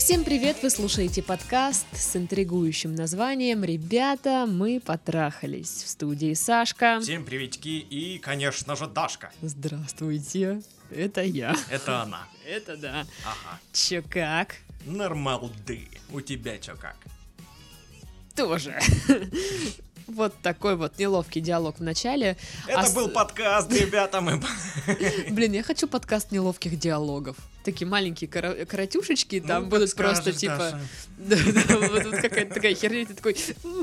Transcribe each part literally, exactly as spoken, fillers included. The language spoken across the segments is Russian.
Всем привет! Вы слушаете подкаст с интригующим названием «Ребята, мы потрахались». В студии Сашка. Всем приветики и, конечно же, Дашка. Здравствуйте, это я. Это она. Это да. Ага. Чё как? Нормалды. У тебя чё как? Тоже. Вот такой вот неловкий диалог в начале. Это а был с... подкаст, ребята, мы... Блин, я хочу подкаст неловких диалогов. Такие маленькие кор- коротюшечки, там ну, будут скажешь, просто типа... Даша. Да, да, вот тут какая-то такая херня, ты такой...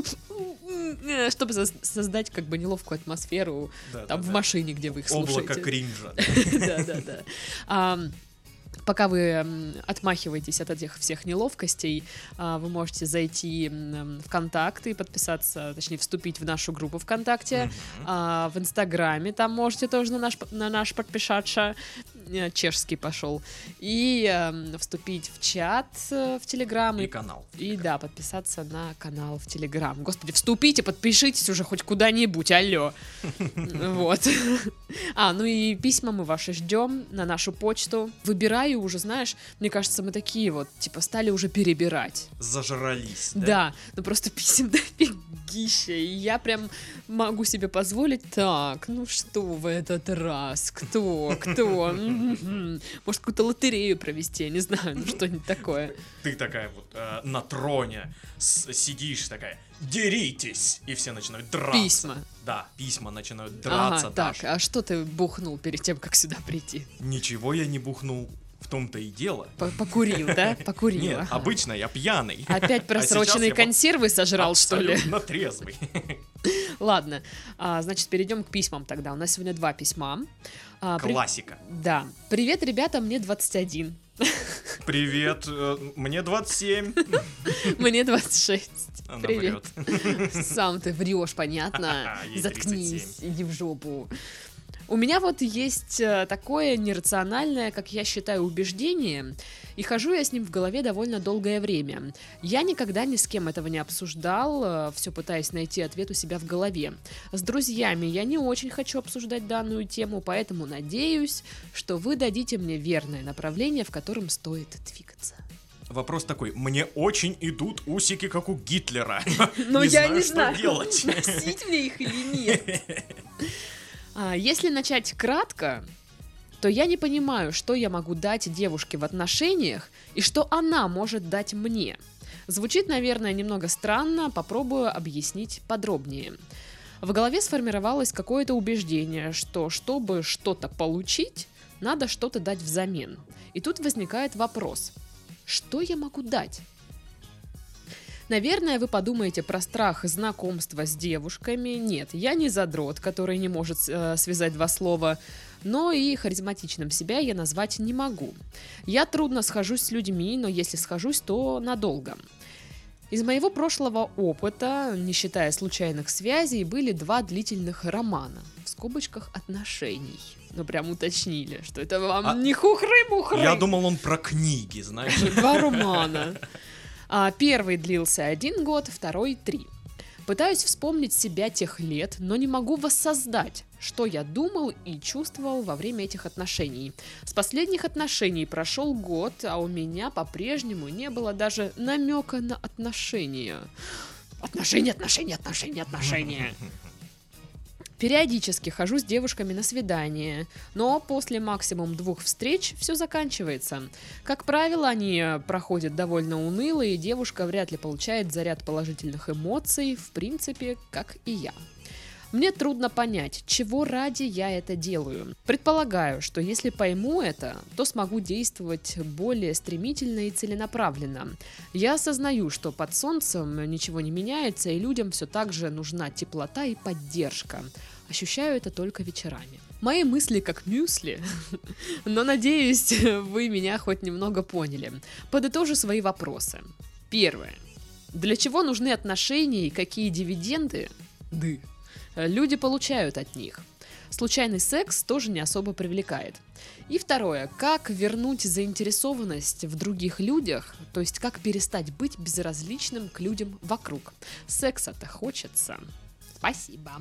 Чтобы создать как бы неловкую атмосферу Да, там да, в да. машине, где вы их слушаете. Облако кринжа. Да, да, да. А, Пока вы м, отмахиваетесь от этих всех неловкостей, а, вы можете зайти м, в ВКонтакте и подписаться, точнее, вступить в нашу группу ВКонтакте. Мгм. А, в Инстаграме там можете тоже на наш, на наш подписаться. Э, Чешский пошел. И эм, вступить в чат э, в Телеграм. И канал. И да, подписаться на канал в Телеграм. Господи, вступите, подпишитесь уже хоть куда-нибудь, алло. Вот. А, ну и письма мы ваши ждем на нашу почту. Выбираю уже, знаешь, мне кажется, мы такие вот, типа, стали уже перебирать. Зажрались, да? Да, ну просто писем дофигища, и я прям могу себе позволить. Так, ну что в этот раз? Кто? Кто? М-м-м. Может, какую-то лотерею провести, я не знаю, ну что-нибудь такое. Ты такая вот э, на троне с- сидишь такая, деритесь, и все начинают драться. Письма. Да, письма начинают драться, Ага, так, Даша. а что ты бухнул перед тем, как сюда прийти? Ничего я не бухнул, в том-то и дело. П- Покурил, да? Покурил. Нет, ага. обычно я пьяный. Опять А просроченные сейчас я консервы сожрал, что ли? абсолютно трезвый. Ладно, а, значит, перейдем к письмам тогда. У нас сегодня два письма. А, при- Классика. Да. Привет, ребята, мне двадцать один. Привет, э, мне двадцать семь. Мне двадцать шесть. Она Привет. врет. Сам ты врешь, понятно? Ей Заткнись, тридцать семь. иди в жопу. У меня вот есть э, такое нерациональное, как я считаю, убеждение, и хожу я с ним в голове довольно долгое время. Я никогда ни с кем этого не обсуждал, все пытаясь найти ответ у себя в голове. С друзьями я не очень хочу обсуждать данную тему, поэтому надеюсь, что вы дадите мне верное направление, в котором стоит двигаться. Вопрос такой, мне очень идут усики, как у Гитлера. Но я не что знаю, делать. носить мне их или нет. А, Если начать кратко, то я не понимаю, что я могу дать девушке в отношениях и что она может дать мне. Звучит, наверное, немного странно, попробую объяснить подробнее. В голове сформировалось какое-то убеждение, что чтобы что-то получить, надо что-то дать взамен. И тут возникает вопрос, что я могу дать? Наверное, вы подумаете про страх знакомства с девушками. Нет, я не задрот, который не может э, связать два слова, но и харизматичным себя я назвать не могу. Я трудно схожусь с людьми, но если схожусь, то надолго. Из моего прошлого опыта, не считая случайных связей, были два длительных романа, в скобочках отношений. Ну, прям уточнили, что это вам А- не хухры-мухры. Я думал, он про книги, знаешь. Два романа. А, Первый длился один год, второй три. Пытаюсь вспомнить себя тех лет, но не могу воссоздать, что я думал и чувствовал во время этих отношений. С последних отношений прошел год, а у меня по-прежнему не было даже намека на отношения. Отношения, отношения, отношения, отношения. Периодически хожу с девушками на свидания, но после максимум двух встреч все заканчивается. Как правило, они проходят довольно уныло, и девушка вряд ли получает заряд положительных эмоций, в принципе, как и я. Мне трудно понять, чего ради я это делаю. Предполагаю, что если пойму это, то смогу действовать более стремительно и целенаправленно. Я осознаю, что под солнцем ничего не меняется, и людям все так же нужна теплота и поддержка. Ощущаю это только вечерами. Мои мысли как мюсли, но надеюсь, вы меня хоть немного поняли. Подытожу свои вопросы. Первое. Для чего нужны отношения и какие дивиденды? Ды. Люди получают от них. Случайный секс тоже не особо привлекает. И второе. Как вернуть заинтересованность в других людях, то есть как перестать быть безразличным к людям вокруг. Секса-то хочется. Спасибо.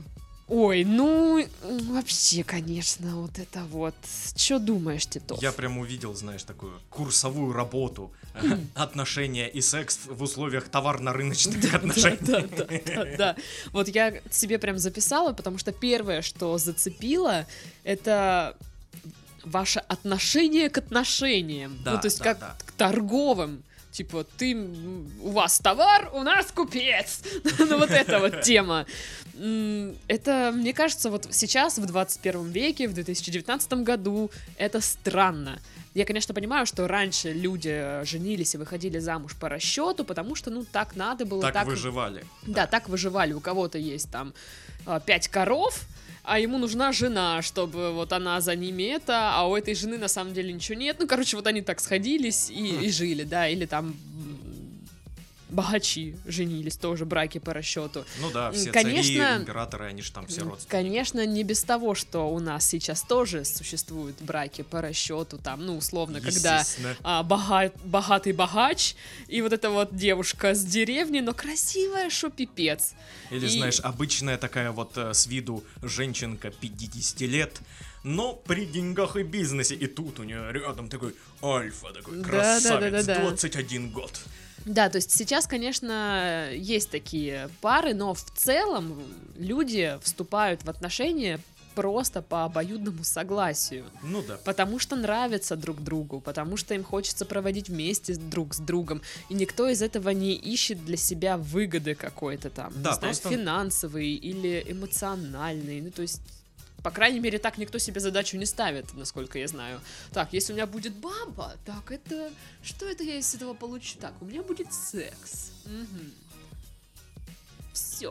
Ой, ну, вообще, конечно, вот это вот. Что думаешь, Титов? Я прям увидел, знаешь, такую курсовую работу отношения и секс в условиях товарно-рыночных отношений. Да, да, да, да. Вот я себе прям записала, потому что первое, что зацепило, это ваше отношение к отношениям. Да, ну, то есть да, как да. к торговым. Типа, ты, у вас товар, у нас купец. Ну, вот эта вот тема. Это, мне кажется, вот сейчас, в двадцать первом веке, в две тысячи девятнадцатом году, это странно. Я, конечно, понимаю, что раньше люди женились и выходили замуж по расчету, потому что, ну, так надо было. Так, так выживали. Да, так выживали. У кого-то есть там пять коров, а ему нужна жена, чтобы вот она за ними это, а у этой жены на самом деле ничего нет. Ну, короче, вот они так сходились и, хм. и жили, да, или там богачи женились, тоже браки по расчету. Ну да, все конечно, цари, императоры, они же там все родственники. Конечно, не без того, что у нас сейчас тоже существуют браки по расчету, там, ну, условно, когда а, бога... богатый богач, и вот эта вот девушка с деревни, но красивая, шо пипец. Или, и... знаешь, обычная такая вот с виду женщинка пятьдесят лет, но при деньгах и бизнесе, и тут у нее рядом такой альфа, такой красавец, да, да, да, да, да. двадцать один год. Да, то есть сейчас, конечно, есть такие пары, но в целом люди вступают в отношения просто по обоюдному согласию. Ну да. Потому что нравятся друг другу, потому что им хочется проводить вместе друг с другом, и никто из этого не ищет для себя выгоды какой-то там, да, не знаю, просто... финансовый или эмоциональный, ну то есть... По крайней мере, так никто себе задачу не ставит, насколько я знаю. Так, если у меня будет баба, так это... Что это я из этого получу? Так, у меня будет секс. Угу. Все.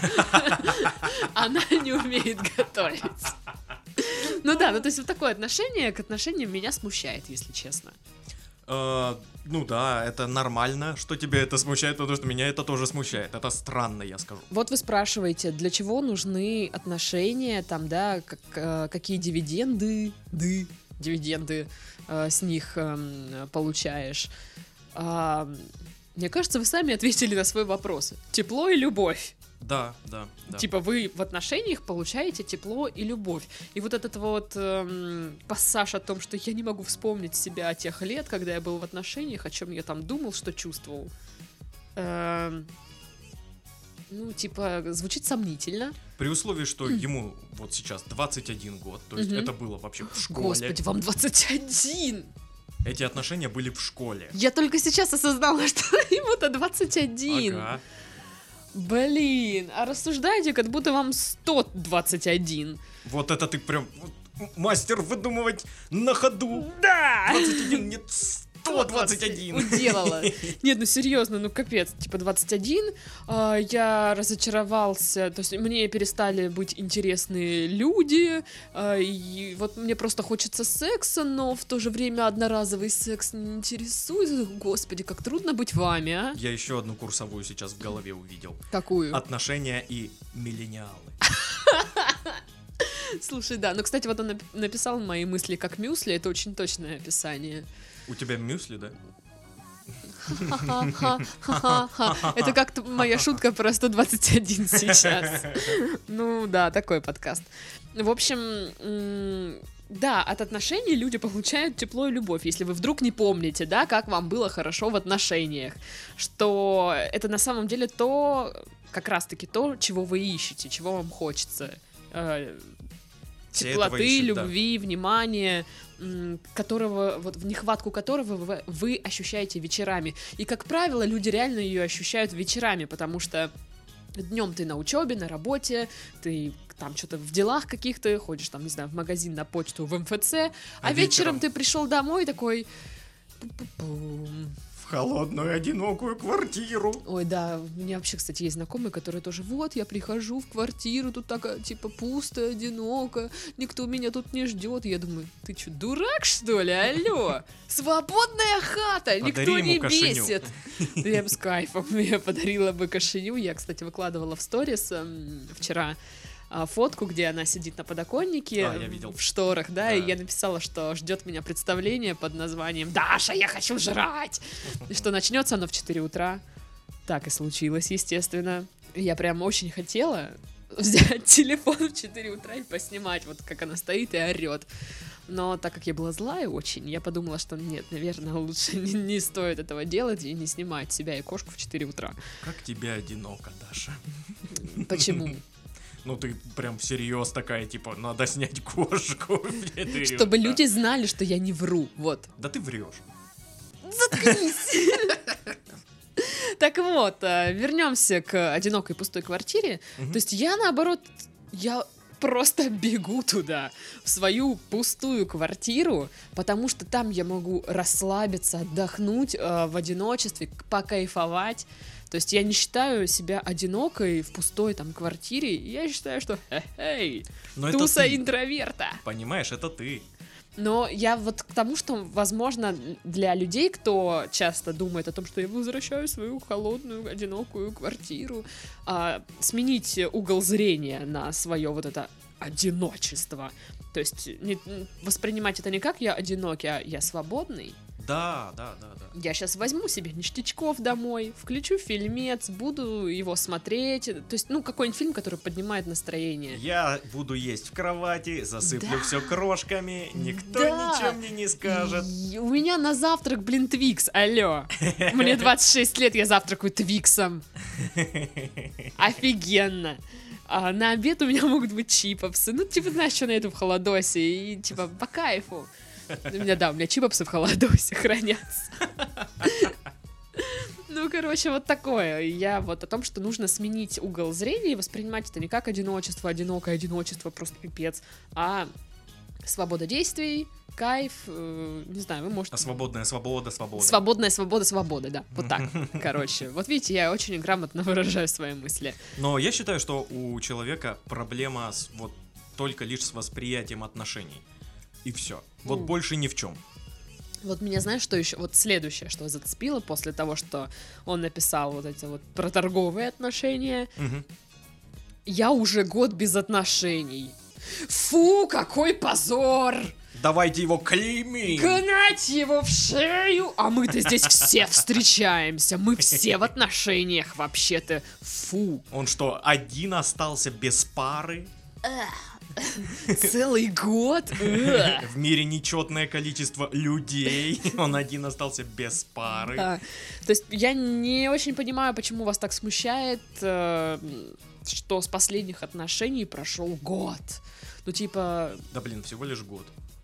Она не умеет готовить. Ну да, ну то есть вот такое отношение к отношениям меня смущает, если честно. Uh, ну да, это нормально, что тебя это смущает, потому что меня это тоже смущает. Это странно, я скажу. Вот вы спрашиваете, для чего нужны отношения, там, да, как, э, какие дивиденды, ды, дивиденды э, с них э, получаешь. А, мне кажется, вы сами ответили на свой вопрос. Тепло и любовь. Да, да, да. Типа вы в отношениях получаете тепло и любовь. И вот этот вот эм, пассаж о том, что я не могу вспомнить себя тех лет, когда я был в отношениях, о чем я там думал, что чувствовал. Эм, ну, типа, звучит сомнительно. При условии, что ему вот сейчас двадцать один год, то есть Мгм. это было вообще в школе. Господи, вам двадцать один! Эти отношения были в школе. Я только сейчас осознала, что ему-то двадцать один. Ага. Блин, а рассуждаете, как будто вам сто двадцать один. Вот это ты прям вот, мастер выдумывать на ходу. Да! двадцать один, нет, сто двадцать один. Уделала. Нет, ну серьезно, ну капец, типа двадцать один, а, я разочаровался, то есть мне перестали быть интересны люди, а, и вот мне просто хочется секса, но в то же время одноразовый секс не интересует. Господи, как трудно быть вами, а? Я еще одну курсовую сейчас в голове увидел. Какую? Отношения и миллениалы. Слушай, да, ну, кстати, вот он нап- написал мои мысли как мюсли, это очень точное описание. У тебя мюсли, да? Ха-ха-ха-ха-ха. Это как-то моя шутка про сто двадцать один сейчас. Ну да, такой подкаст. В общем, м, да, от отношений люди получают тепло и любовь. Если вы вдруг не помните, да, как вам было хорошо в отношениях, что это на самом деле то, как раз-таки то, чего вы ищете, чего вам хочется. Э, Все этого Теплоты, ищут, да. любви, внимания, м, которого, вот в нехватку которого вы, вы ощущаете вечерами. И, как правило, люди реально ее ощущают вечерами, потому что днем ты на учебе, на работе, ты там что-то в делах каких-то, ходишь там, не знаю, в магазин, на почту, в эм эф це, а, А вечером... вечером ты пришел домой такой... пу-пу-пум. В холодную, одинокую квартиру. Ой, да, у меня вообще, кстати, есть знакомые, которые тоже, вот, я прихожу в квартиру, тут так, а, типа, пусто, одиноко, никто меня тут не ждет. Я думаю, ты что, дурак, что ли? Алло, свободная хата, никто Подари не ему кошеню. бесит. Да я бы с кайфом, я подарила бы кошеню. Я, кстати, выкладывала в сторис эм, вчера а, фотку, где она сидит на подоконнике А, я видел. в шторах, да, Да. и я написала, что ждет меня представление под названием «Даша, я хочу жрать!» И что начнется оно в четыре утра. Так и случилось, естественно. Я прям очень хотела взять телефон в четыре утра и поснимать, вот как она стоит и орет. Но так как я была злая очень, я подумала, что нет, наверное, лучше не, не стоит этого делать и не снимать себя и кошку в четыре утра. Как тебе одиноко, Даша? Почему? Ну ты прям всерьез такая, типа, надо снять кошку. Чтобы люди знали, что я не вру, вот. Да ты врешь. Заткнись! Так вот, вернемся к одинокой пустой квартире. То есть я, наоборот, я просто бегу туда, в свою пустую квартиру, потому что там я могу расслабиться, отдохнуть в одиночестве, покайфовать. То есть я не считаю себя одинокой в пустой там квартире, я считаю, что хе-хей, туса интроверта. Понимаешь, это ты. Но я вот к тому, что, возможно, для людей, кто часто думает о том, что я возвращаю свою холодную, одинокую квартиру, а, сменить угол зрения на свое вот это одиночество. То есть не, воспринимать это не как я одинокий, а я свободный. Да, да, да, да. Я сейчас возьму себе ништячков домой, включу фильмец, буду его смотреть. То есть, ну, какой-нибудь фильм, который поднимает настроение. Я буду есть в кровати, засыплю Да. все крошками, никто Да. ничего мне не скажет. И у меня на завтрак, блин, Твикс, алло. Мне двадцать шесть лет, я завтракаю Твиксом. Офигенно. А на обед у меня могут быть чипопсы. Ну, типа, знаешь, что найду в холодосе. И, типа, по кайфу. У меня, да, у меня чипопсы в холодосе хранятся. Ну, короче, вот такое. Я вот о том, что нужно сменить угол зрения и воспринимать это не как одиночество, одинокое одиночество, просто пипец, а свобода действий, кайф, э, не знаю, вы можете... А свободная свобода, свобода. Свободная свобода, свобода, да, вот так, короче. Вот видите, я очень грамотно выражаю свои мысли. Но я считаю, что у человека проблема с, вот только лишь с восприятием отношений. И все. Вот Mm. больше ни в чем. Вот меня, знаешь, что еще? Вот следующее, что зацепило после того, что он написал вот эти вот про торговые отношения. Мгм. Я уже год без отношений. Фу, какой позор! Давайте его клеймим! Гнать его в шею! А мы-то здесь все встречаемся. Мы все в отношениях вообще-то. Фу. Он что, один остался без пары? Целый год? Ugh. В мире нечетное количество людей. Он один остался без пары. Да. То есть я не очень понимаю, почему вас так смущает, э, что с последних отношений прошел год. Ну, типа, Да блин, всего лишь год.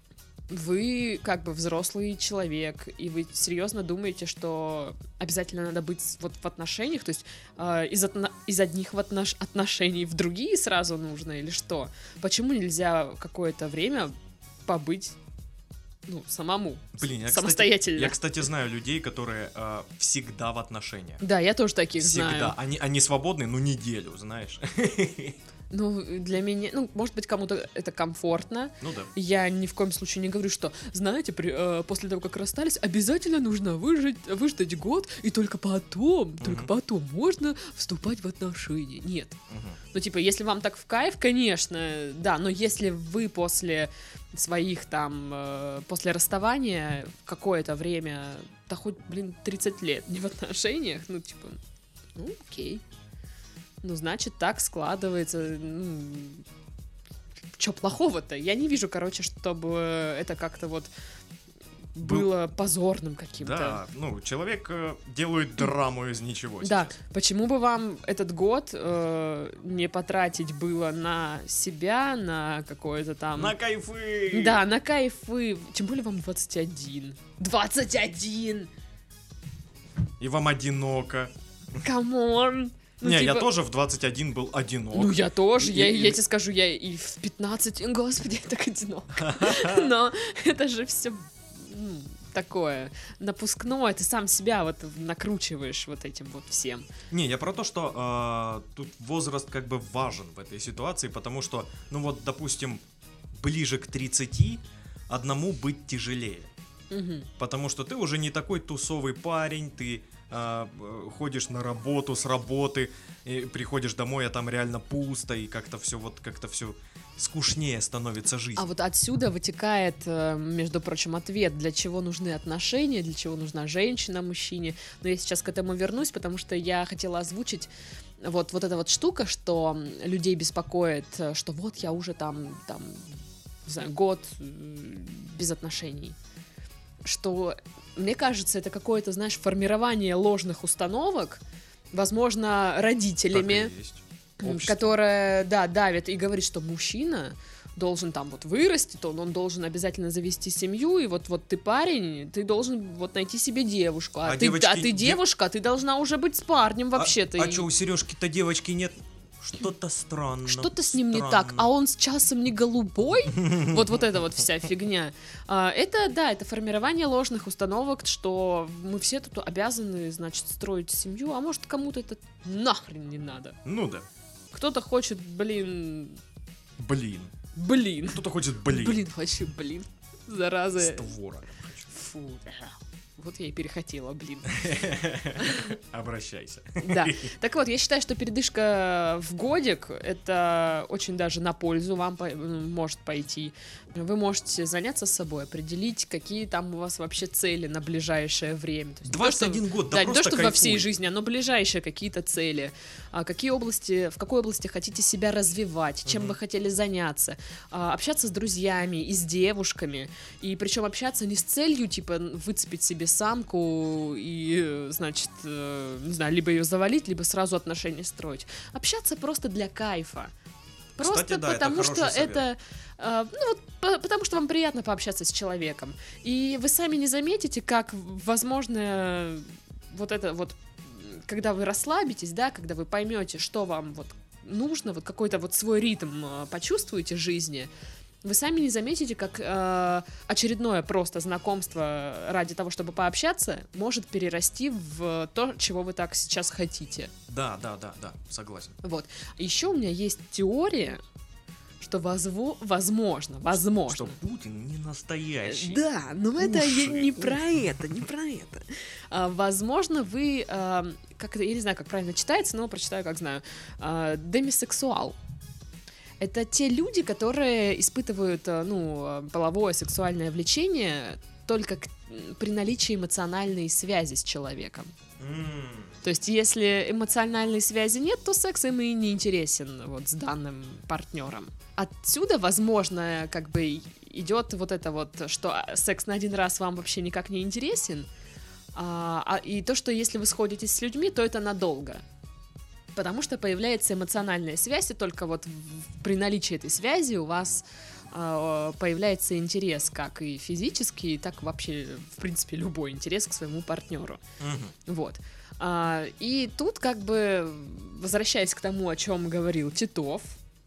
вы как бы взрослый человек, и вы серьезно думаете, что обязательно надо быть вот в отношениях, то есть э, из, отно- из одних в отнош- отношений в другие сразу нужно, или что? Почему нельзя какое-то время побыть, ну, самому, Блин, я, самостоятельно? Кстати, я, кстати, знаю людей, которые э, всегда в отношениях. Да, я тоже таких Всегда. знаю. Они, они свободны, ну, неделю, знаешь. Ну, для меня, ну, может быть, кому-то это комфортно. Ну да. Я ни в коем случае не говорю, что, знаете, при, э, после того, как расстались, обязательно нужно выжить, выждать год, и только потом, Мгм. только потом можно вступать в отношения. Нет. Мгм. Ну, типа, если вам так в кайф, конечно, да, но если вы после своих там, э, после расставания какое-то время, да хоть, блин, тридцать лет не в отношениях, ну, типа, ну, окей. Ну, значит, так складывается. Ну, чё плохого-то? Я не вижу, короче, чтобы это как-то вот Был- было позорным каким-то. Да, ну, человек э, делает драму из ничего Да, сейчас. почему бы вам этот год э, не потратить было на себя, на какое-то там... На кайфы! Да, на кайфы. Тем более вам двадцать один. двадцать один! И вам одиноко. Камон! Ну, Не, я типа- тоже в двадцать один был одинок. Ну, я тоже, я, И- я тебе скажу, я и в пятнадцать, господи, я так одиноко. Но это же все такое напускное, ты сам себя вот накручиваешь вот этим вот всем. Не, я про то, что э, тут возраст как бы важен в этой ситуации, потому что, ну вот, допустим, ближе к тридцати одному быть тяжелее. Мгм. Потому что ты уже не такой тусовый парень, ты а, ходишь на работу, с работы, и приходишь домой, а там реально пусто, и как-то все вот как-то все скучнее становится жизнь. А вот отсюда вытекает, э, между прочим, ответ, для чего нужны отношения, для чего нужна женщина мужчине. Но я сейчас к этому вернусь, потому что я хотела озвучить вот, вот эта вот штука, что людей беспокоит, что вот я уже там, там не знаю, год без отношений. Что, мне кажется, это какое-то, знаешь, формирование ложных установок, возможно, родителями, которое, да, давит и говорит, что мужчина должен там вот вырасти, то он должен обязательно завести семью, и вот, вот ты парень, ты должен вот найти себе девушку, а, А ты, девочки- а ты дев- девушка, ты должна уже быть с парнем вообще-то. А, и а что, у Сережки-то девочки нет? Что-то странно. Что-то с ним не странно. так, а он с часом не голубой, вот вот эта вот вся фигня. А, Это, да, это формирование ложных установок, что мы все тут обязаны, значит, строить семью, а может кому-то это нахрен не надо. Ну да. Кто-то хочет, блин, Блин. блин. Кто-то хочет блин. Блин, хочу, блин. Зараза. Створа. Фу. Вот я и перехотела, блин. Обращайся. Да. Так вот, я считаю, что передышка в годик — это очень даже на пользу вам по- может пойти. Вы можете заняться собой, определить, какие там у вас вообще цели на ближайшее время. То есть не то, двадцать что- один год, да, Да, не то, просто что во всей кайфуй. жизни, но ближайшие какие-то цели. А какие области, в какой области хотите себя развивать, чем Мгм. вы хотели заняться. А, общаться с друзьями и с девушками. И причем общаться не с целью, типа, выцепить себе самку и, э, значит, э, не знаю, либо ее завалить, либо сразу отношения строить. Общаться просто для кайфа. Просто Кстати, да, это потому хороший что совет. это, э, ну вот, по- потому что вам приятно пообщаться с человеком. И вы сами не заметите, как, возможно, вот это вот, м, когда вы расслабитесь, да, когда вы поймете, что вам вот нужно, вот какой-то вот свой ритм э, почувствуете жизни, вы сами не заметите, как э, очередное просто знакомство ради того, чтобы пообщаться, может перерасти в то, чего вы так сейчас хотите. Да, да, да, да, согласен. Вот. Еще у меня есть теория, что возво- возможно, возможно. Что Путин не настоящий. Да, но это Уши, я не про это, не про это. А, возможно, вы, а, как это, я не знаю, как правильно читается, но прочитаю, как знаю, а, демисексуал. Это те люди, которые испытывают, а, ну, половое сексуальное влечение только к- при наличии эмоциональной связи с человеком. М, То есть, если эмоциональной связи нет, то секс им и не интересен вот с данным партнером. Отсюда, возможно, как бы идет вот это вот, что секс на один раз вам вообще никак не интересен, а, а- и то, что если вы сходитесь с людьми, то это надолго. Потому что появляется эмоциональная связь, и только вот в- при наличии этой связи у вас а, появляется интерес, как и физический, так вообще, в принципе, любой интерес к своему партнеру. мгм. Вот. А, и тут, как бы, возвращаясь к тому, о чем говорил Титов,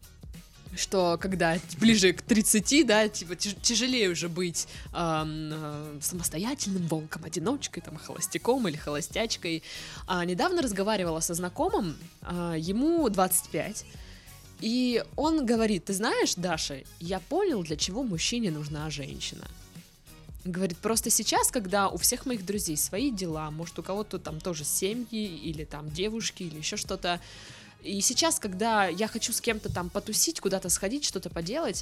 что когда ближе к тридцати, да, типа тяж- тяжелее уже быть ам, э, самостоятельным волком, одиночкой, там, холостяком или холостячкой. А, недавно разговаривала со знакомым, а, ему двадцать пять, и он говорит: ты знаешь, Даша, я понял, для чего мужчине нужна женщина. Говорит, просто сейчас, когда у всех моих друзей свои дела, может, у кого-то там тоже семьи, или там девушки, или еще что-то, и сейчас, когда я хочу с кем-то там потусить, куда-то сходить, что-то поделать,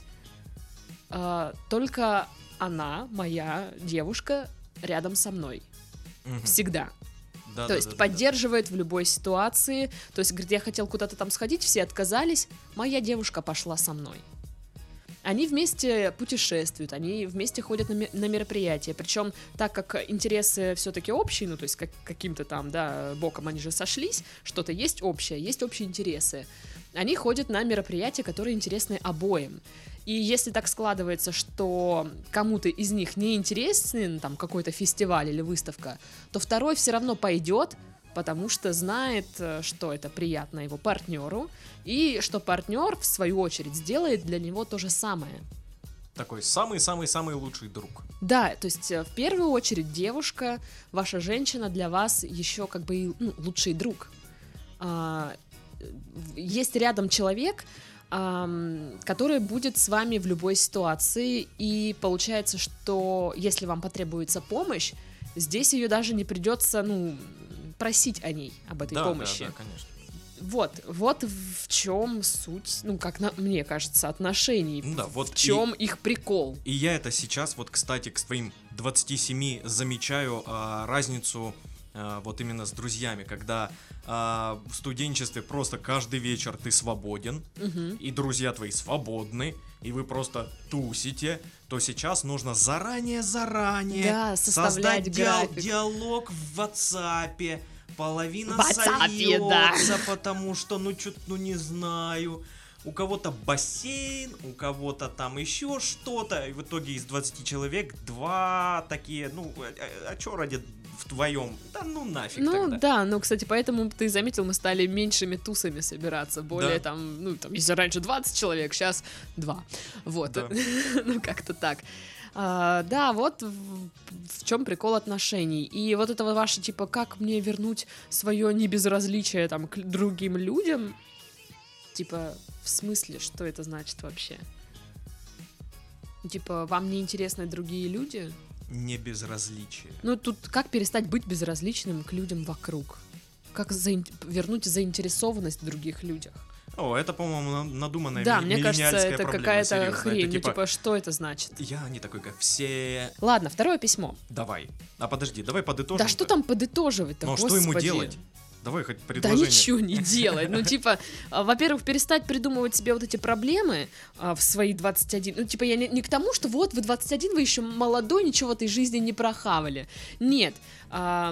э, только она, моя девушка, рядом со мной. Мгм. Всегда. Да, То да, есть да, да, поддерживает в любой ситуации. То есть, говорит, я хотел куда-то там сходить, все отказались, моя девушка пошла со мной. Они вместе путешествуют, они вместе ходят на, ме- на мероприятия. Причем, так как интересы все-таки общие, ну, то есть как, каким-то там, да, боком они же сошлись, что-то есть общее, есть общие интересы. Они ходят на мероприятия, которые интересны обоим. И если так складывается, что кому-то из них не интересен там какой-то фестиваль или выставка, то второй все равно пойдет, потому что знает, э, что это приятно его партнеру, и что партнер, в свою очередь, сделает для него то же самое. Такой самый-самый-самый лучший друг. Да, то есть э, в первую очередь девушка, ваша женщина для вас еще как бы и, ну, лучший друг. А, в- есть рядом человек, ам, который будет с вами в любой ситуации, и получается, что если вам потребуется помощь, здесь ее даже не придется, ну, просить о ней, об этой да, помощи. Да, да, конечно. Вот, вот в чем суть, ну, как на, мне кажется, отношений. Ну, да, вот в чем и, их прикол. И я это сейчас, вот, кстати, к своим двадцати семи замечаю а, разницу а, вот именно с друзьями, когда а, в студенчестве просто каждый вечер ты свободен, Угу. и друзья твои свободны, и вы просто тусите, то сейчас нужно заранее-заранее Да, составлять создать диал- график. диалог в WhatsApp. Половина В WhatsApp, да. сольется, потому что, ну, что-то, ну, не знаю. У кого-то бассейн, у кого-то там еще что-то. И в итоге из двадцати человек два такие, ну, а, а чё ради вдвоем? Да ну нафиг Ну тогда. да, ну, кстати, поэтому ты заметил, мы стали меньшими тусами собираться. Более Да. там, ну, там, если раньше двадцать человек, сейчас два. Вот. Да. Ну, как-то так. А, да, вот в, в чем прикол отношений. И вот это ваше, типа, как мне вернуть свое небезразличие там к другим людям? Типа, в смысле, что это значит вообще? Типа, вам не интересны другие люди? Не безразличие. Ну, тут как перестать быть безразличным к людям вокруг? Как заин- вернуть заинтересованность в других людях? О, это, по-моему, на- надуманная Да, ми- мне кажется, миллениальская это проблема, какая-то серьезно. хрень. Это Ну, типа, типа, что это значит? я не такой, как все. Ладно, второе письмо. Давай. А подожди, давай подытожим. Да что там подытоживать-то, Ну, а что ему господи? делать? Давай хоть Да предложение. ничего не делать. Ну, типа, а, во-первых, перестать придумывать себе вот эти проблемы а, в свои двадцать один. Ну, типа, я не, не к тому, что вот вы двадцать один, вы еще молодой, ничего в этой жизни не прохавали. Нет. А,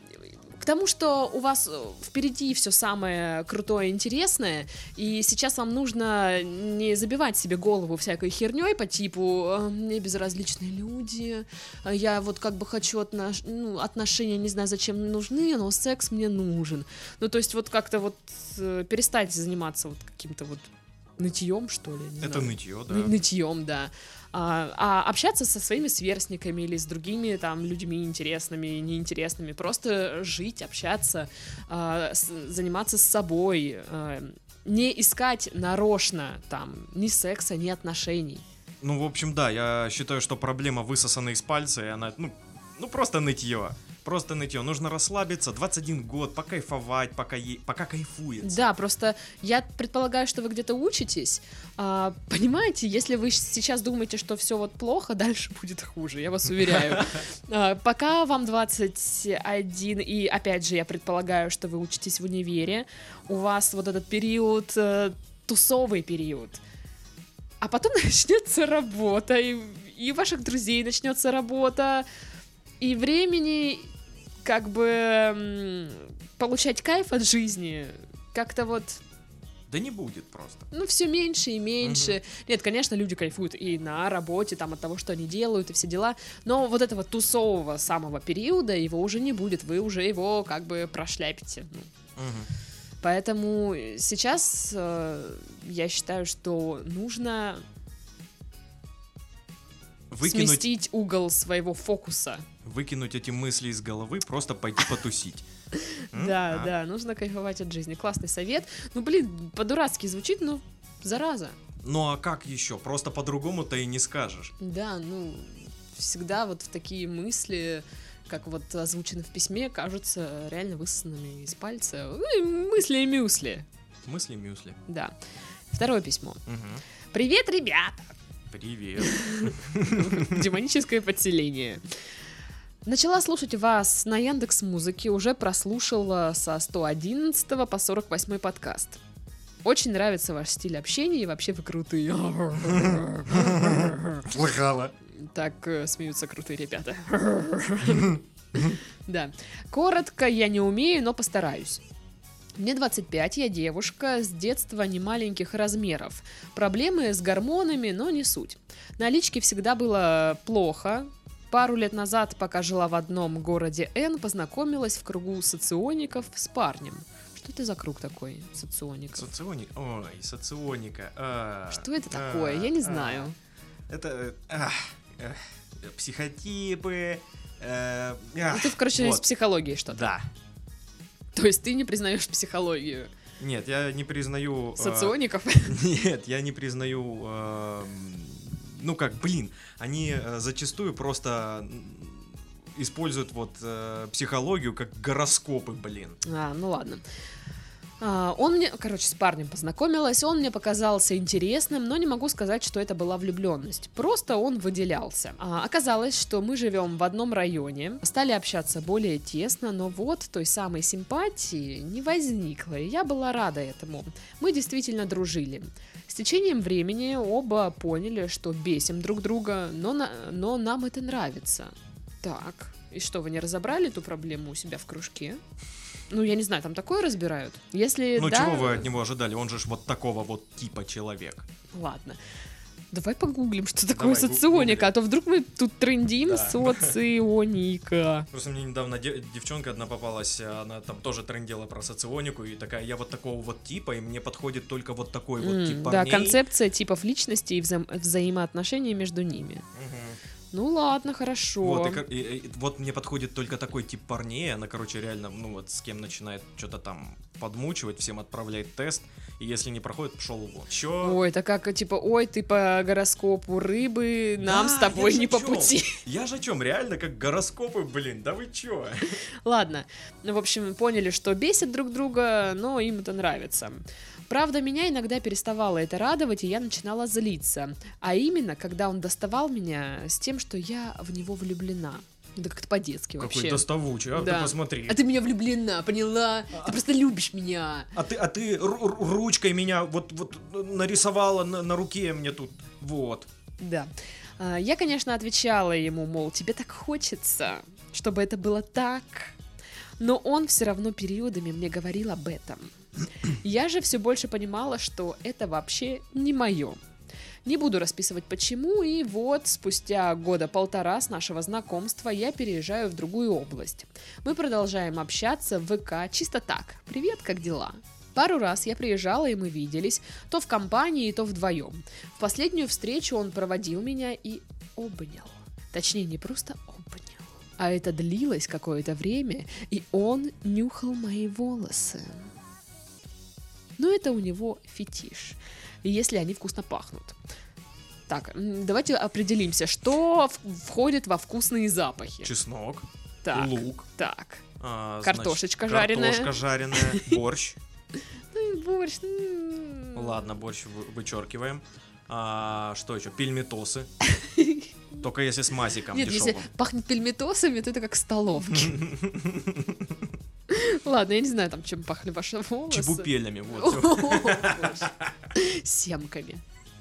к тому, что у вас впереди все самое крутое и интересное, и сейчас вам нужно не забивать себе голову всякой херней по типу «А, мне безразличны люди, а я вот как бы хочу отнош... ну, отношения, не знаю, зачем нужны, но секс мне нужен». Ну, то есть вот как-то вот э, перестать заниматься вот каким-то вот нытьем, что ли. не Это знаю. нытье, да. Ны- Нытьем, да. А, а общаться со своими сверстниками или с другими там людьми интересными, неинтересными, просто жить, общаться, а, с- заниматься с собой, а, не искать нарочно там ни секса, ни отношений. Ну, в общем, да, я считаю, что проблема высосана из пальца, и она, ну, ну просто нытье. Просто нытье. Нужно расслабиться, двадцать один год, покайфовать, пока, е... пока кайфуется. Да, просто я предполагаю, что вы где-то учитесь. А, понимаете, если вы сейчас думаете, что все вот плохо, дальше будет хуже, я вас уверяю. А, пока вам двадцать один, и опять же, я предполагаю, что вы учитесь в универе, у вас вот этот период, э, тусовый период. А потом начнется работа, и, и у ваших друзей начнется работа, и времени как бы м, получать кайф от жизни как-то вот, Да не будет просто. ну, все меньше и меньше. Нет, конечно, люди кайфуют и на работе, там, от того, что они делают, и все дела, но вот этого тусового самого периода его уже не будет, вы уже его как бы прошляпите. Ну. Мгм. Поэтому сейчас э, я считаю, что нужно Выкинуть, сместить угол своего фокуса. выкинуть эти мысли из головы, просто пойти потусить. М? Да, А? да, нужно кайфовать от жизни. Классный совет. Ну, блин, по-дурацки звучит, но зараза. Ну а как еще? Просто по-другому-то и не скажешь. Да, ну, всегда вот в такие мысли, как вот озвучено в письме, кажутся реально высосанными из пальца. Ну, и мысли и мюсли. Мысли-мюсли. Да. Второе письмо. Мгм. Привет, ребята! Привет. Демоническое подселение. Начала слушать вас на Яндекс.Музыке, уже прослушала со сто одиннадцатого по сорок восьмой подкаст. Очень нравится ваш стиль общения, и вообще вы крутые. Слыхала. Так э, смеются крутые ребята. Да. Коротко я не умею, но постараюсь. Мне двадцать пять, я девушка, с детства не маленьких размеров. Проблемы с гормонами, но не суть. На личке всегда было плохо. Пару лет назад, пока жила в одном городе Н, познакомилась в кругу социоников с парнем. Что это за круг такой, социоников? Соционик. Ой, соционика. А, Что это а, такое? Я не а. знаю. Это ах, эх, психотипы. э, Ну, ах, ты, короче, вот. из психологии что-то. Да. То есть ты не признаешь психологию Нет, я не признаю... э, социоников? Нет, я не признаю... э, ну как, блин, они э, зачастую просто м, используют вот э, психологию как гороскопы, блин. А, ну ладно. А, он мне, короче, с парнем познакомилась, он мне показался интересным, но не могу сказать, что это была влюбленность. Просто он выделялся. А, оказалось, что мы живем в одном районе, стали общаться более тесно, но вот той самой симпатии не возникло, и я была рада этому. Мы действительно дружили. С течением времени оба поняли, что бесим друг друга, но, на, но нам это нравится. Так, и что, вы не разобрали эту проблему у себя в кружке? Ну, я не знаю, там такое разбирают? Если Ну, да... чего вы от него ожидали? Он же ж вот такого вот типа человек. Ладно. Давай погуглим, что такое Давай, гу- соционика, гугли. а то вдруг мы тут трендим Да. соционика. Просто мне недавно де- девчонка одна попалась, она там тоже трендила про соционику, и такая, я вот такого вот типа, и мне подходит только вот такой вот М, тип да, парней. концепция типов личности и взаим- взаимоотношений между ними. Мгм. Ну ладно, хорошо. Вот, и, ка- и- и вот мне подходит только такой тип парней, она, короче, реально, ну вот с кем начинает что-то там подмучивать, всем отправляет тест, и если не проходит, пошел вон. Чё? Ой, это как, типа, ой, ты по гороскопу рыбы, нам Да, с тобой я же не о по чём? пути. Я же о чем? Реально, как гороскопы, блин, да вы чё? Ладно, ну, в общем, поняли, что бесят друг друга, но им это нравится. Правда, меня иногда переставало это радовать, и я начинала злиться. А именно, когда он доставал меня с тем, что я в него влюблена. Это как-то по-детски Какой вообще. доставучий, а Да. ты посмотри. А ты в меня влюблена, поняла? Ты просто любишь меня. А ты, а ты ру- ру- ручкой меня вот, вот нарисовала на, на руке мне тут, вот. Да. А, Я, конечно, отвечала ему, мол, тебе так хочется, чтобы это было так. Но он все равно периодами мне говорил об этом. Я же все больше понимала, что это вообще не мое. Не буду расписывать почему, и вот спустя года полтора с нашего знакомства я переезжаю в другую область. Мы продолжаем общаться в ВК чисто так. Привет, как дела? Пару раз я приезжала, и мы виделись, то в компании, то вдвоем. В последнюю встречу он проводил меня и обнял. Точнее, не просто обнял, а это длилось какое-то время, и он нюхал мои волосы. Но это у него фетиш, если они вкусно пахнут. Так, м, давайте определимся, что в- входит во вкусные запахи. Чеснок, Так, лук, так. а, Картошечка значит, жареная. картошка жареная, борщ. Ну, борщ. м. Ладно, борщ вы- вычеркиваем. А, что еще? Пельметосы. Только если с мазиком Нет, если дешевым. пахнет пельметосами, то это как столовки. Ладно, я не знаю, там чем пахли ваши волосы. Чебупелями, О, вот. всё. боже. Семками.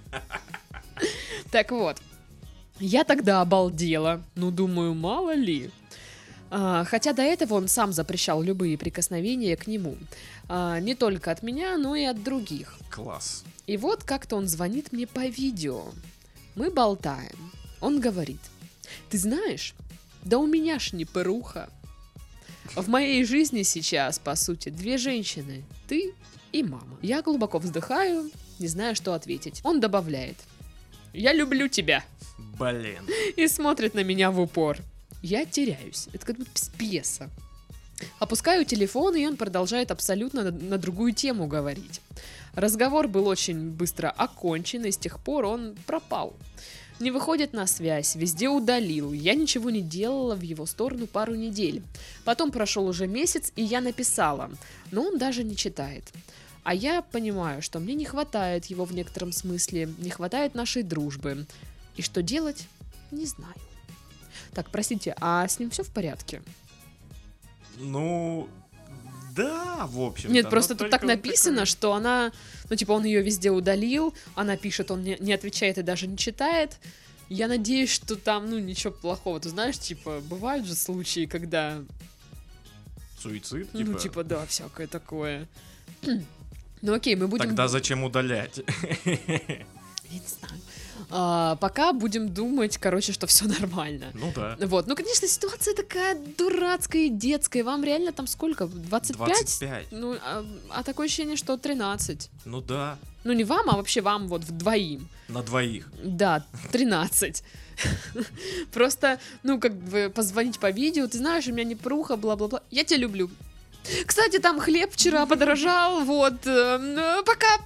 Так вот, я тогда обалдела. Ну, думаю, мало ли. А, хотя до этого он сам запрещал любые прикосновения к нему. А, не только от меня, но и от других. Класс. И вот как-то он звонит мне по видео. Мы болтаем. Он говорит: ты знаешь, да у меня ж не пыруха. В моей жизни сейчас, по сути, две женщины. Ты и мама. Я глубоко вздыхаю, не знаю, что ответить. Он добавляет: я люблю тебя. Блин. И смотрит на меня в упор. Я теряюсь. Это как будто пьеса. Опускаю телефон, и он продолжает абсолютно на, на другую тему говорить. Разговор был очень быстро окончен, и с тех пор он пропал. Не выходит на связь, везде удалил. Я ничего не делала в его сторону пару недель. Потом прошел уже месяц, и я написала, но он даже не читает. А я понимаю, что мне не хватает его в некотором смысле, не хватает нашей дружбы. И что делать, не знаю. Так, простите, а с ним все в порядке? Ну, да, в общем. Нет, просто тут так написано, что она, ну, типа, он ее везде удалил, она пишет, он не, не отвечает и даже не читает. Я надеюсь, что там, ну, ничего плохого. Ты знаешь, типа, бывают же случаи, когда, Суицид, типа. ну, типа, да, всякое такое. Ну, окей, мы будем... Тогда зачем удалять? Я не знаю. А, пока будем думать, короче, что все нормально. Ну да. Вот, ну, конечно, ситуация такая дурацкая и детская. Вам реально там сколько? двадцать пять? двадцать пять. Ну, а, а такое ощущение, что тринадцать. Ну да. Ну, не вам, а вообще вам вот вдвоим. На двоих. Да, тринадцать. Просто, ну, как бы позвонить по видео, ты знаешь, у меня не пруха, бла-бла-бла. Я тебя люблю. Кстати, там хлеб вчера подорожал, вот. э, Пока.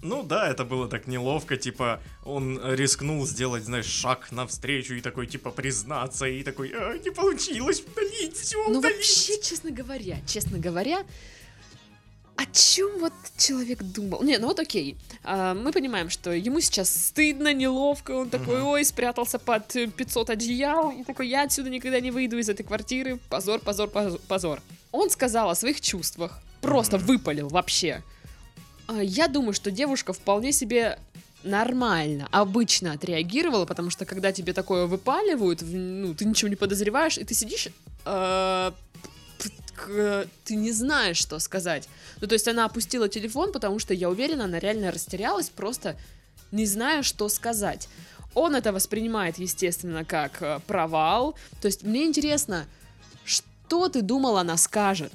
Ну да, это было так неловко, типа, он рискнул сделать, знаешь, шаг навстречу и такой, типа, признаться, и такой, а, не получилось, удалить, все, Ну удалить. вообще, честно говоря, честно говоря, о чем вот человек думал? Не, ну вот окей, а, мы понимаем, что ему сейчас стыдно, неловко, он такой, Мгм. ой, спрятался под пятьсот одеял, и такой, я отсюда никогда не выйду из этой квартиры, позор, позор, позор. позор. Он сказал о своих чувствах, просто Мгм. выпалил вообще. А, Я думаю, что девушка вполне себе нормально, обычно отреагировала, потому что когда тебе такое выпаливают, в- ну, ты ничего не подозреваешь, и ты сидишь, э, п- к- ты не знаешь, что сказать. Ну, то есть она опустила телефон, потому что, я уверена, она реально растерялась, просто не зная, что сказать. Он это воспринимает, естественно, как э, провал. То есть мне интересно, что ты думал, она скажет?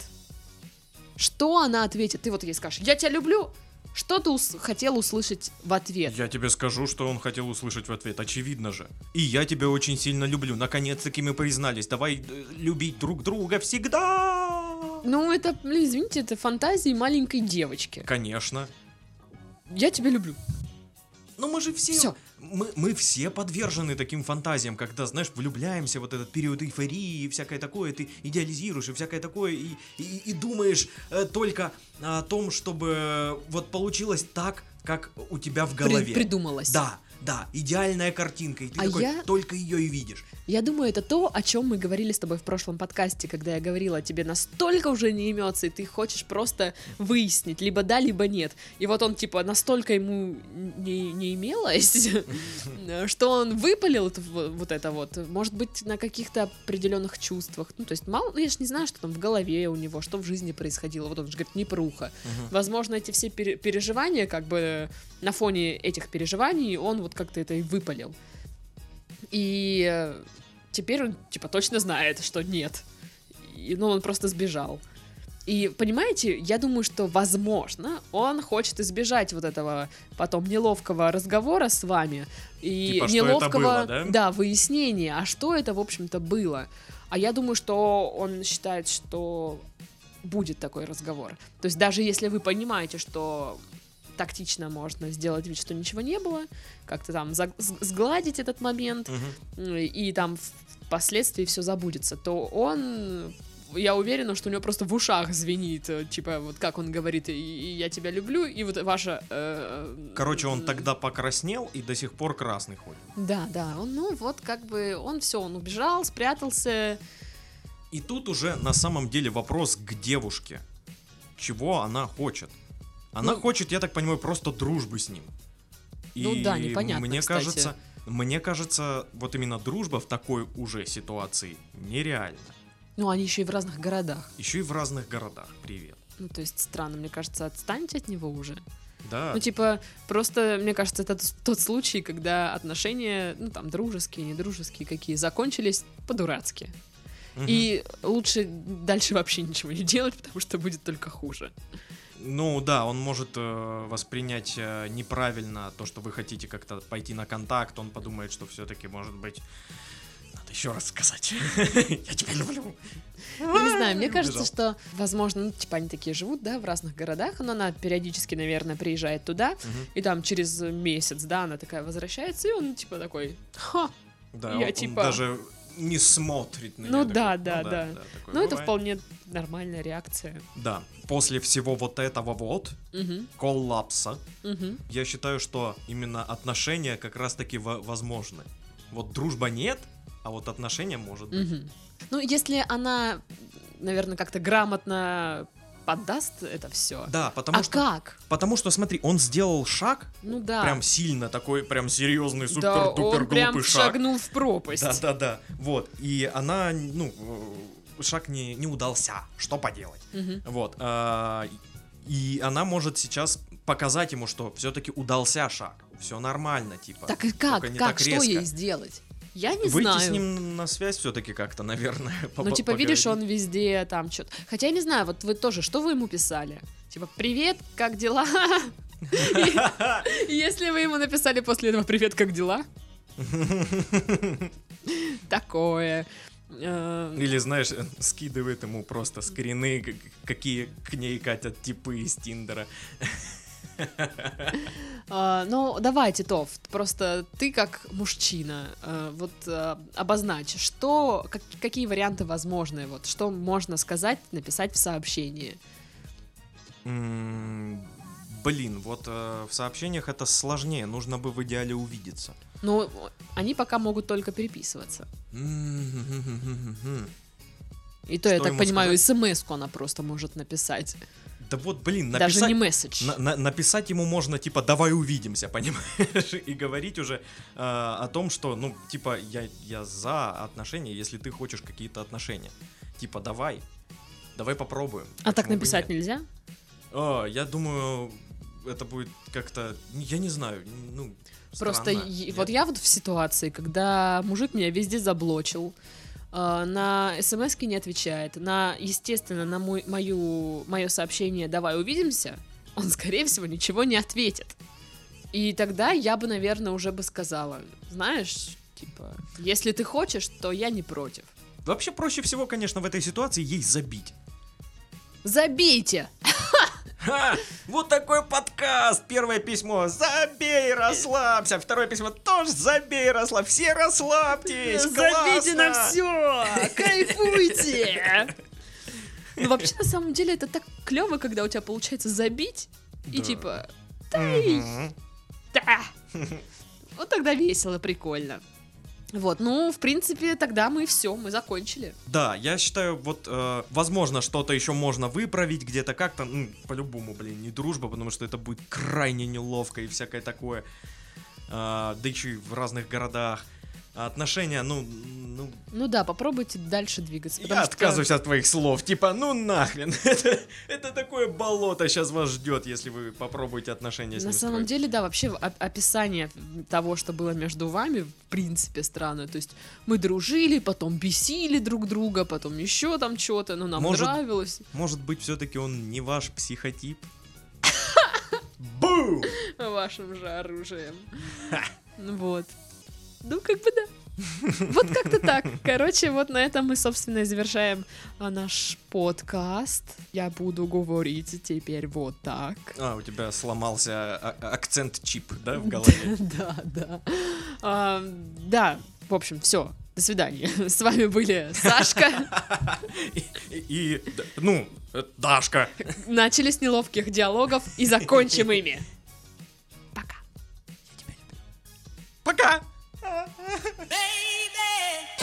Что она ответит? Ты вот ей скажешь, я тебя люблю. Что ты ус- хотел услышать в ответ? Я тебе скажу, что он хотел услышать в ответ, очевидно же. И я тебя очень сильно люблю, наконец-таки мы признались, давай э, любить друг друга всегда. Ну, это, блин, извините, это фантазии маленькой девочки. Конечно. Я тебя люблю. Но мы же все... Всё. Мы, мы все подвержены таким фантазиям, когда, знаешь, влюбляемся, вот этот период эйфории и всякое такое, ты идеализируешь и всякое такое, и, и, и думаешь э, только о том, чтобы вот получилось так, как у тебя в При- голове. придумалось. Да, да, идеальная картинка, и ты А такой я- только ее и видишь. Я думаю, это то, о чем мы говорили с тобой в прошлом подкасте, когда я говорила, тебе настолько уже не имется, и ты хочешь просто выяснить, либо да, либо нет. И вот он, типа, настолько ему не, не имелось, что он выпалил это в- вот это вот, может быть, на каких-то определенных чувствах. Ну, то есть, мало, ну, я ж не знаю, что там в голове у него, что в жизни происходило. Вот он же говорит, непруха. Мгм. Возможно, эти все пере- переживания, как бы, на фоне этих переживаний он вот как-то это и выпалил. И э, теперь он, типа, точно знает, что нет. И, ну, он просто сбежал. И, понимаете, я думаю, что, возможно, он хочет избежать вот этого потом неловкого разговора с вами. И Типа, что это неловкого, было, да? выяснения, а что это, в общем-то, было. А я думаю, что он считает, что будет такой разговор. То есть даже если вы понимаете, что тактично можно сделать вид, что ничего не было, как-то там за- с- сгладить этот момент, Мгм. и там впоследствии все забудется, то он, я уверена, что у него просто в ушах звенит, э, типа, вот как он говорит, и, и я тебя люблю, и вот ваша... э, Короче, он м, тогда покраснел и до сих пор красный ходит. Да, да, он, ну вот как бы, он все, он убежал, спрятался. И тут уже на самом деле вопрос к девушке. Чего она хочет? Она Ну- хочет, я так понимаю, просто дружбы с ним. Ну И да, непонятно, Мне кстати. кажется, мне кажется, вот именно дружба в такой уже ситуации нереальна. Ну, они еще и в разных городах. Еще и в разных городах. Привет. Ну, то есть странно, мне кажется, отстаньте от него уже. Да. Ну, типа, просто, мне кажется, это т- тот случай, когда отношения, ну, там, дружеские, недружеские какие, закончились по-дурацки. Мгм. И лучше дальше вообще ничего не делать, потому что будет только хуже. Ну да, он может э, воспринять э, неправильно то, что вы хотите как-то пойти на контакт. Он подумает, что все-таки, может быть, надо еще раз сказать. Я тебя люблю. Ну, не знаю, мне кажется, Убежал. что, возможно, ну, типа, они такие живут, да, в разных городах, но она периодически, наверное, приезжает туда, Мгм. и там через месяц, да, она такая возвращается, и он, типа, такой, ха, Да, Я он, он типа- даже не смотрит на Ну меня. да, такой, да, ну да. такое ну, это бывает. вполне нормальная реакция. Да, после всего вот этого вот Мгм, коллапса, мгм. я считаю, что именно отношения как раз-таки во- возможны. Вот дружба нет, а вот отношения может быть. Мгм. Ну, если она, наверное, как-то грамотно поддаст это все. Да, потому А что, как? потому что, смотри, он сделал шаг, Ну да. прям сильно такой, прям серьезный, да, супер-дупер он прям глупый шаг. шагнул в пропасть. Да, да, да. Вот. И она, ну, э, шаг не, не удался. Что поделать? Мгм. Вот. а, И она может сейчас показать ему, что все-таки удался шаг. Все нормально, типа. Так и как? Только не Как? так Что резко. ей сделать? Я не Выйти знаю. с ним на связь все-таки как-то, наверное. Ну, типа, видишь, он везде там что-то. Хотя я не знаю, вот вы тоже, что вы ему писали? Типа, привет, как дела? И Если вы ему написали после этого привет, как дела? Такое. Э, Или, знаешь, скидывает ему просто скрины, к- какие к ней катят типы из Тиндера. А, ну, давай, Титов, просто ты как мужчина, а, вот а, обозначь, что, как, какие варианты возможны, вот, что можно сказать, написать в сообщении. М, Блин, вот э, в сообщениях это сложнее, нужно бы в идеале увидеться. Ну, они пока могут только переписываться. М-м-м-м-м-м. И то, я Что так ему понимаю, смс-ку она просто может написать. Да вот, блин, Даже написать... не месседж. на- на- написать ему можно, типа, давай увидимся, понимаешь? И говорить уже э, о том, что, ну, типа, я, я за отношения, если ты хочешь какие-то отношения. Типа, давай, давай попробуем. А так Почему бы написать нет? нельзя? А, я думаю, это будет как-то, я не знаю, ну, Просто странно. и- Нет? вот я вот в ситуации, когда мужик меня везде заблочил, э, на смс-ки не отвечает, на, естественно, на мой, мою, мое сообщение «давай увидимся», он, скорее всего, ничего не ответит. И тогда я бы, наверное, уже бы сказала, знаешь, типа, если ты хочешь, то я не против. Вообще проще всего, конечно, в этой ситуации ей забить. Забейте! Ха! Вот такой подкаст. Первое письмо: забей, расслабься. Второе письмо: тоже забей, расслабься. Все расслабьтесь. Забейте классно. на все! Кайфуйте! Ну, вообще, на самом деле, это так клево, когда у тебя получается забить, и Да. типа, дай, Мгм. да. Вот тогда весело, прикольно. Вот, ну, в принципе, тогда мы все, мы закончили. Да, я считаю, вот, э, возможно, что-то еще можно выправить где-то как-то, ну, по-любому, блин, не дружба, потому что это будет крайне неловко и всякое такое, А, да еще и в разных городах. А отношения, ну, ну, Ну да, попробуйте дальше двигаться. я потому что- отказываюсь от твоих слов, типа, ну нахрен, это, это такое болото сейчас вас ждет, если вы попробуете отношения с На ним самом строить. деле, да, вообще оп- описание того, что было между вами, в принципе, странно. То есть мы дружили, потом бесили друг друга, потом еще там что-то, но нам Может- нравилось. Может быть, все-таки он не ваш психотип? Бум! Вашим же оружием. Ну вот. Ну, как бы да. Вот как-то так. Короче, вот на этом мы, собственно, и завершаем а, наш подкаст. Я буду говорить теперь вот так. А, у тебя сломался а- а- акцент-чип, да, в голове? Да, да. А, Да, в общем, все. До свидания. С вами были Сашка. И, и- и, д- ну, э, Дашка. Начали с неловких диалогов и закончим ими. Пока. Пока! Baby,